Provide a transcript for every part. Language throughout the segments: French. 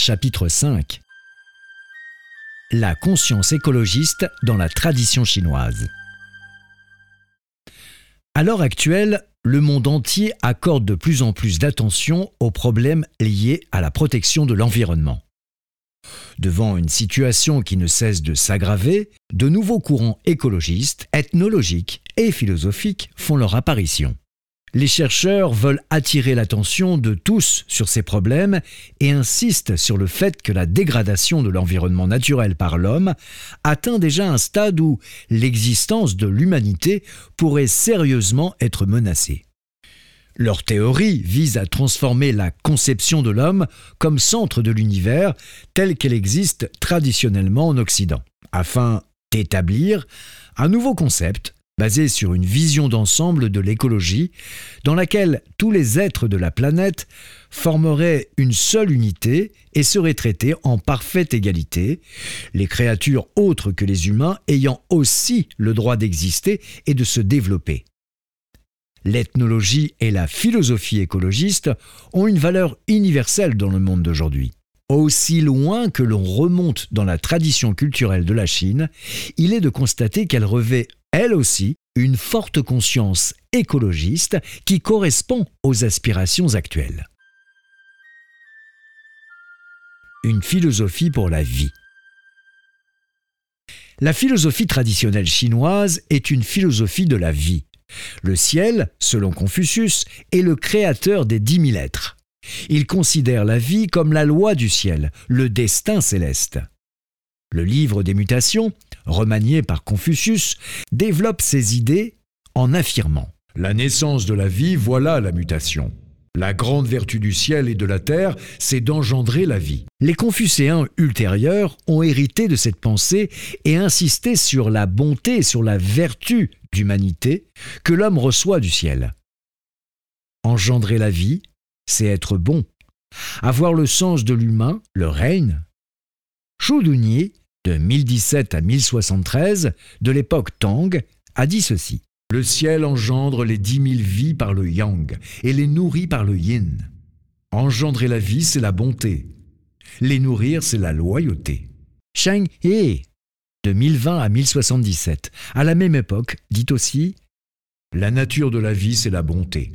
Chapitre 5. La conscience écologiste dans la tradition chinoise. À l'heure actuelle, le monde entier accorde de plus en plus d'attention aux problèmes liés à la protection de l'environnement. Devant une situation qui ne cesse de s'aggraver, de nouveaux courants écologistes, ethnologiques et philosophiques font leur apparition. Les chercheurs veulent attirer l'attention de tous sur ces problèmes et insistent sur le fait que la dégradation de l'environnement naturel par l'homme atteint déjà un stade où l'existence de l'humanité pourrait sérieusement être menacée. Leur théorie vise à transformer la conception de l'homme comme centre de l'univers telle qu'elle existe traditionnellement en Occident, afin d'établir un nouveau concept basé sur une vision d'ensemble de l'écologie, dans laquelle tous les êtres de la planète formeraient une seule unité et seraient traités en parfaite égalité, les créatures autres que les humains ayant aussi le droit d'exister et de se développer. L'ethnologie et la philosophie écologiste ont une valeur universelle dans le monde d'aujourd'hui. Aussi loin que l'on remonte dans la tradition culturelle de la Chine, il est de constater qu'elle revêt, elle aussi, une forte conscience écologiste qui correspond aux aspirations actuelles. Une philosophie pour la vie. La philosophie traditionnelle chinoise est une philosophie de la vie. Le ciel, selon Confucius, est le créateur des 10 000 êtres. Il considère la vie comme la loi du ciel, le destin céleste. Le livre des mutations, remanié par Confucius, développe ses idées en affirmant « La naissance de la vie, voilà la mutation. La grande vertu du ciel et de la terre, c'est d'engendrer la vie. » Les confucéens ultérieurs ont hérité de cette pensée et insisté sur la bonté et sur la vertu d'humanité que l'homme reçoit du ciel. Engendrer la vie, c'est être bon. Avoir le sens de l'humain, le règne. Zhou Dunyi, de 1017 à 1073, de l'époque Tang, a dit ceci. Le ciel engendre les 10 000 vies par le yang et les nourrit par le yin. Engendrer la vie, c'est la bonté. Les nourrir, c'est la loyauté. Sheng He, de 1020 à 1077, à la même époque, dit aussi la nature de la vie, c'est la bonté.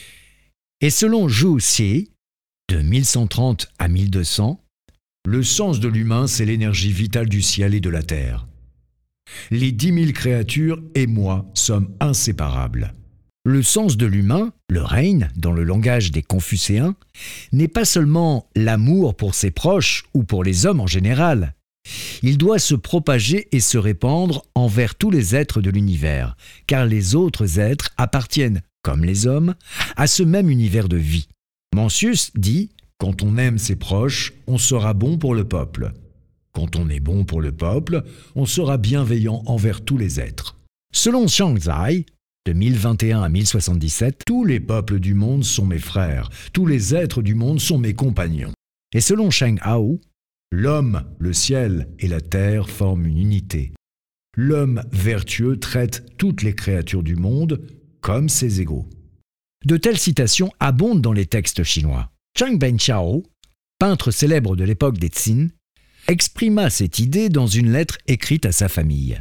Et selon Zhu Xi, de 1130 à 1200, le sens de l'humain, c'est l'énergie vitale du ciel et de la terre. Les 10 000 créatures et moi sommes inséparables. Le sens de l'humain, le règne, dans le langage des Confucéens, n'est pas seulement l'amour pour ses proches ou pour les hommes en général. Il doit se propager et se répandre envers tous les êtres de l'univers, car les autres êtres appartiennent, comme les hommes, à ce même univers de vie. Mencius dit « Quand on aime ses proches, on sera bon pour le peuple. Quand on est bon pour le peuple, on sera bienveillant envers tous les êtres. » Selon Zhangzai, de 1021 à 1077, tous les peuples du monde sont mes frères, tous les êtres du monde sont mes compagnons. Et selon Sheng Hao, l'homme, le ciel et la terre forment une unité. L'homme vertueux traite toutes les créatures du monde comme ses égaux. De telles citations abondent dans les textes chinois. Zhang Benqiao, peintre célèbre de l'époque des Qin, exprima cette idée dans une lettre écrite à sa famille.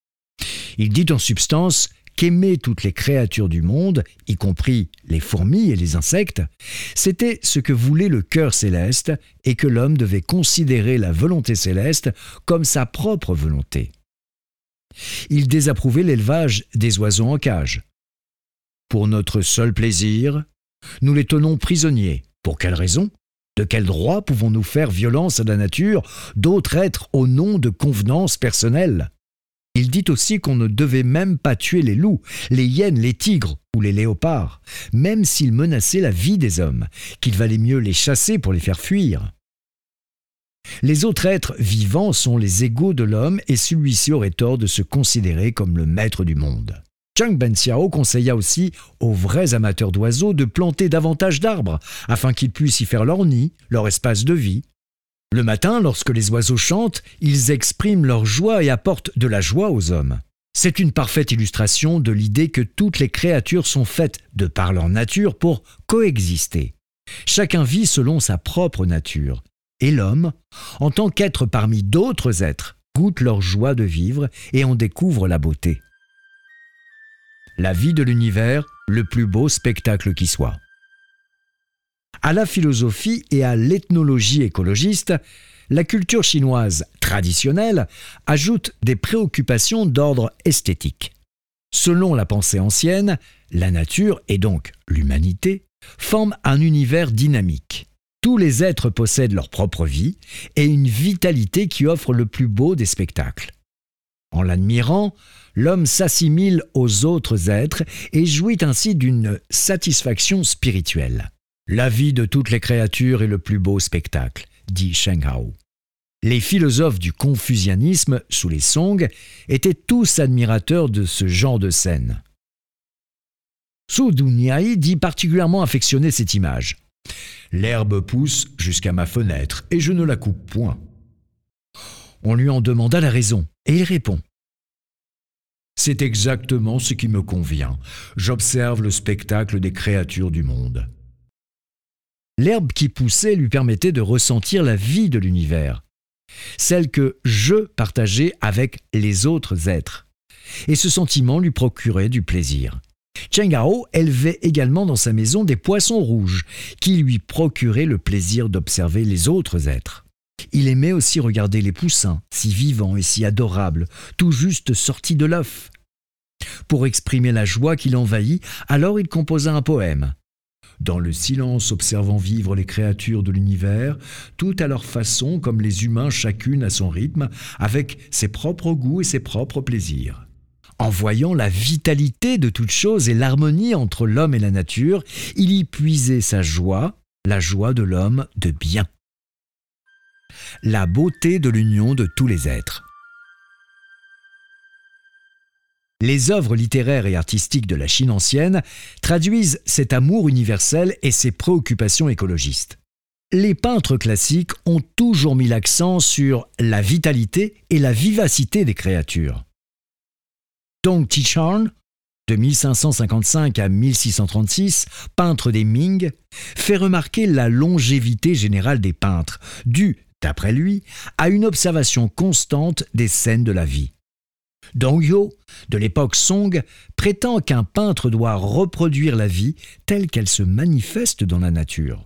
Il dit en substance qu'aimer toutes les créatures du monde, y compris les fourmis et les insectes, c'était ce que voulait le cœur céleste et que l'homme devait considérer la volonté céleste comme sa propre volonté. Il désapprouvait l'élevage des oiseaux en cage. Pour notre seul plaisir, nous les tenons prisonniers. Pour quelle raison ? De quel droit pouvons-nous faire violence à la nature, d'autres êtres au nom de convenances personnelles ? Il dit aussi qu'on ne devait même pas tuer les loups, les hyènes, les tigres ou les léopards, même s'ils menaçaient la vie des hommes, qu'il valait mieux les chasser pour les faire fuir. Les autres êtres vivants sont les égaux de l'homme et celui-ci aurait tort de se considérer comme le maître du monde. Zhang Benqiao conseilla aussi aux vrais amateurs d'oiseaux de planter davantage d'arbres afin qu'ils puissent y faire leur nid, leur espace de vie. Le matin, lorsque les oiseaux chantent, ils expriment leur joie et apportent de la joie aux hommes. C'est une parfaite illustration de l'idée que toutes les créatures sont faites de par leur nature pour coexister. Chacun vit selon sa propre nature. et l'homme, en tant qu'être parmi d'autres êtres, goûte leur joie de vivre et en découvre la beauté. La vie de l'univers, le plus beau spectacle qui soit. À la philosophie et à l'ethnologie écologiste, la culture chinoise traditionnelle ajoute des préoccupations d'ordre esthétique. Selon la pensée ancienne, la nature, et donc l'humanité, forment un univers dynamique. Tous les êtres possèdent leur propre vie et une vitalité qui offre le plus beau des spectacles. En l'admirant, l'homme s'assimile aux autres êtres et jouit ainsi d'une satisfaction spirituelle. La vie de toutes les créatures est le plus beau spectacle, dit Zheng Hao. Les philosophes du confucianisme, sous les Song, étaient tous admirateurs de ce genre de scène. Su Dunhuai dit particulièrement affectionner cette image. « L'herbe pousse jusqu'à ma fenêtre et je ne la coupe point. » On lui en demanda la raison et il répond. « C'est exactement ce qui me convient. J'observe le spectacle des créatures du monde. » L'herbe qui poussait lui permettait de ressentir la vie de l'univers, celle que je partageais avec les autres êtres. Et ce sentiment lui procurait du plaisir. Zheng Hao élevait également dans sa maison des poissons rouges qui lui procuraient le plaisir d'observer les autres êtres. Il aimait aussi regarder les poussins, si vivants et si adorables, tout juste sortis de l'œuf. Pour exprimer la joie qui l'envahit, alors il composa un poème. Dans le silence observant vivre les créatures de l'univers, toutes à leur façon, comme les humains chacune à son rythme, avec ses propres goûts et ses propres plaisirs. En voyant la vitalité de toute chose et l'harmonie entre l'homme et la nature, il y puisait sa joie, la joie de l'homme de bien. La beauté de l'union de tous les êtres. Les œuvres littéraires et artistiques de la Chine ancienne traduisent cet amour universel et ses préoccupations écologistes. Les peintres classiques ont toujours mis l'accent sur la vitalité et la vivacité des créatures. Dong Tichan, de 1555 à 1636, peintre des Ming, fait remarquer la longévité générale des peintres, due, d'après lui, à une observation constante des scènes de la vie. Dong Yo, de l'époque Song, prétend qu'un peintre doit reproduire la vie telle qu'elle se manifeste dans la nature.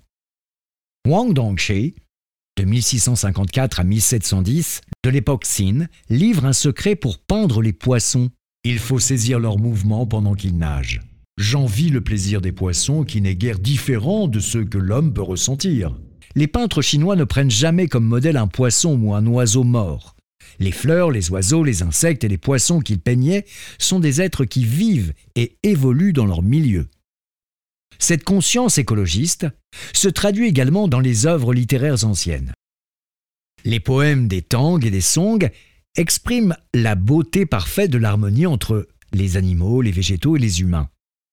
Wang Dongshi, de 1654 à 1710, de l'époque Qin, livre un secret pour peindre les poissons. Il faut saisir leurs mouvements pendant qu'ils nagent. J'envie le plaisir des poissons qui n'est guère différent de ceux que l'homme peut ressentir. Les peintres chinois ne prennent jamais comme modèle un poisson ou un oiseau mort. Les fleurs, les oiseaux, les insectes et les poissons qu'ils peignaient sont des êtres qui vivent et évoluent dans leur milieu. Cette conscience écologiste se traduit également dans les œuvres littéraires anciennes. Les poèmes des Tang et des Song expriment la beauté parfaite de l'harmonie entre les animaux, les végétaux et les humains.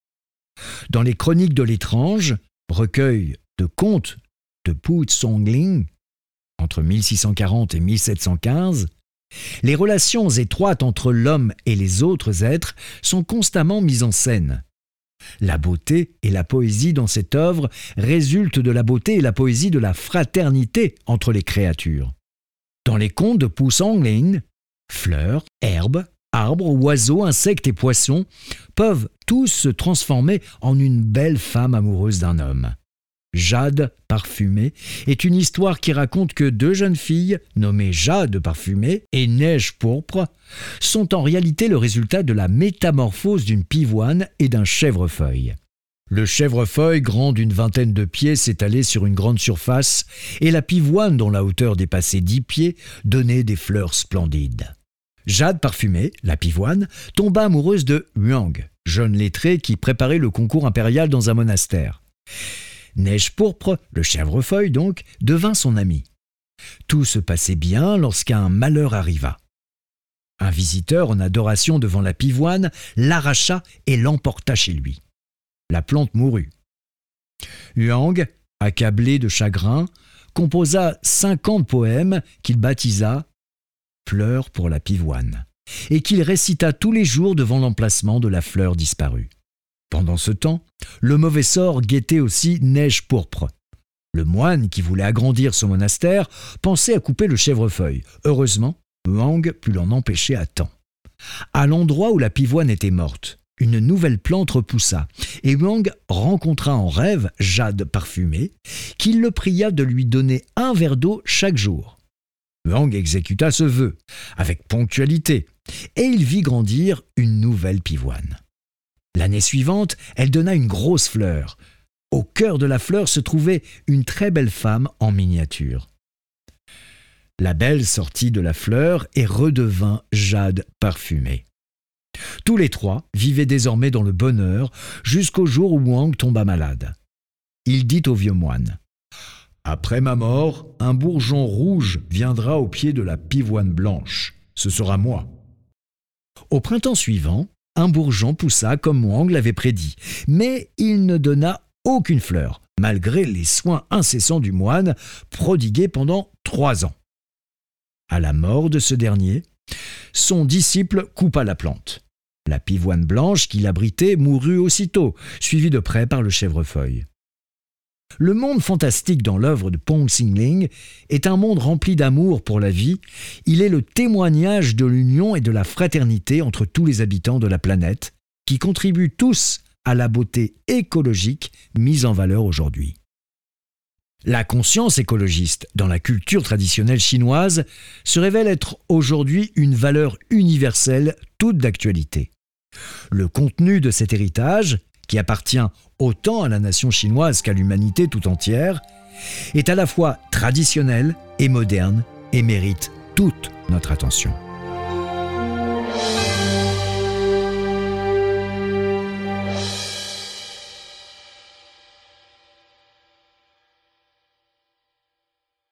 Dans les Chroniques de l'étrange, recueil de contes de Pu Songling, entre 1640 et 1715, les relations étroites entre l'homme et les autres êtres sont constamment mises en scène. La beauté et la poésie dans cette œuvre résultent de la beauté et la poésie de la fraternité entre les créatures. Dans les contes de Pu Songling, fleurs, herbes, arbres, oiseaux, insectes et poissons peuvent tous se transformer en une belle femme amoureuse d'un homme. Jade parfumée est une histoire qui raconte que deux jeunes filles, nommées Jade parfumée et Neige pourpre, sont en réalité le résultat de la métamorphose d'une pivoine et d'un chèvrefeuille. Le chèvrefeuille, grand d'une vingtaine de pieds, s'étalait sur une grande surface et la pivoine, dont la hauteur dépassait 10 pieds, donnait des fleurs splendides. Jade parfumée, la pivoine, tomba amoureuse de Huang, jeune lettré qui préparait le concours impérial dans un monastère. Neige pourpre, le chèvrefeuille donc, devint son ami. Tout se passait bien lorsqu'un malheur arriva. Un visiteur en adoration devant la pivoine l'arracha et l'emporta chez lui. La plante mourut. Huang, accablé de chagrin, composa 50 poèmes qu'il baptisa « Pleurs pour la pivoine » et qu'il récita tous les jours devant l'emplacement de la fleur disparue. Pendant ce temps, le mauvais sort guettait aussi Neige pourpre. Le moine qui voulait agrandir son monastère pensait à couper le chèvrefeuille. Heureusement, Huang put l'en empêcher à temps. À l'endroit où la pivoine était morte, une nouvelle plante repoussa, et Huang rencontra en rêve Jade parfumée, qui le pria de lui donner un verre d'eau chaque jour. Huang exécuta ce vœu, avec ponctualité, et il vit grandir une nouvelle pivoine. L'année suivante, elle donna une grosse fleur. Au cœur de la fleur se trouvait une très belle femme en miniature. La belle sortit de la fleur et redevint Jade parfumée. Tous les trois vivaient désormais dans le bonheur jusqu'au jour où Huang tomba malade. Il dit au vieux moine : « Après ma mort, un bourgeon rouge viendra au pied de la pivoine blanche. Ce sera moi. » Au printemps suivant, un bourgeon poussa comme Huang l'avait prédit, mais il ne donna aucune fleur, malgré les soins incessants du moine prodigués pendant 3 ans. À la mort de ce dernier, son disciple coupa la plante. La pivoine blanche qui l'abritait mourut aussitôt, suivie de près par le chèvrefeuille. Le monde fantastique dans l'œuvre de Pong Xingling est un monde rempli d'amour pour la vie. Il est le témoignage de l'union et de la fraternité entre tous les habitants de la planète, qui contribuent tous à la beauté écologique mise en valeur aujourd'hui. La conscience écologiste dans la culture traditionnelle chinoise se révèle être aujourd'hui une valeur universelle, toute d'actualité. Le contenu de cet héritage, qui appartient autant à la nation chinoise qu'à l'humanité tout entière, est à la fois traditionnel et moderne et mérite toute notre attention.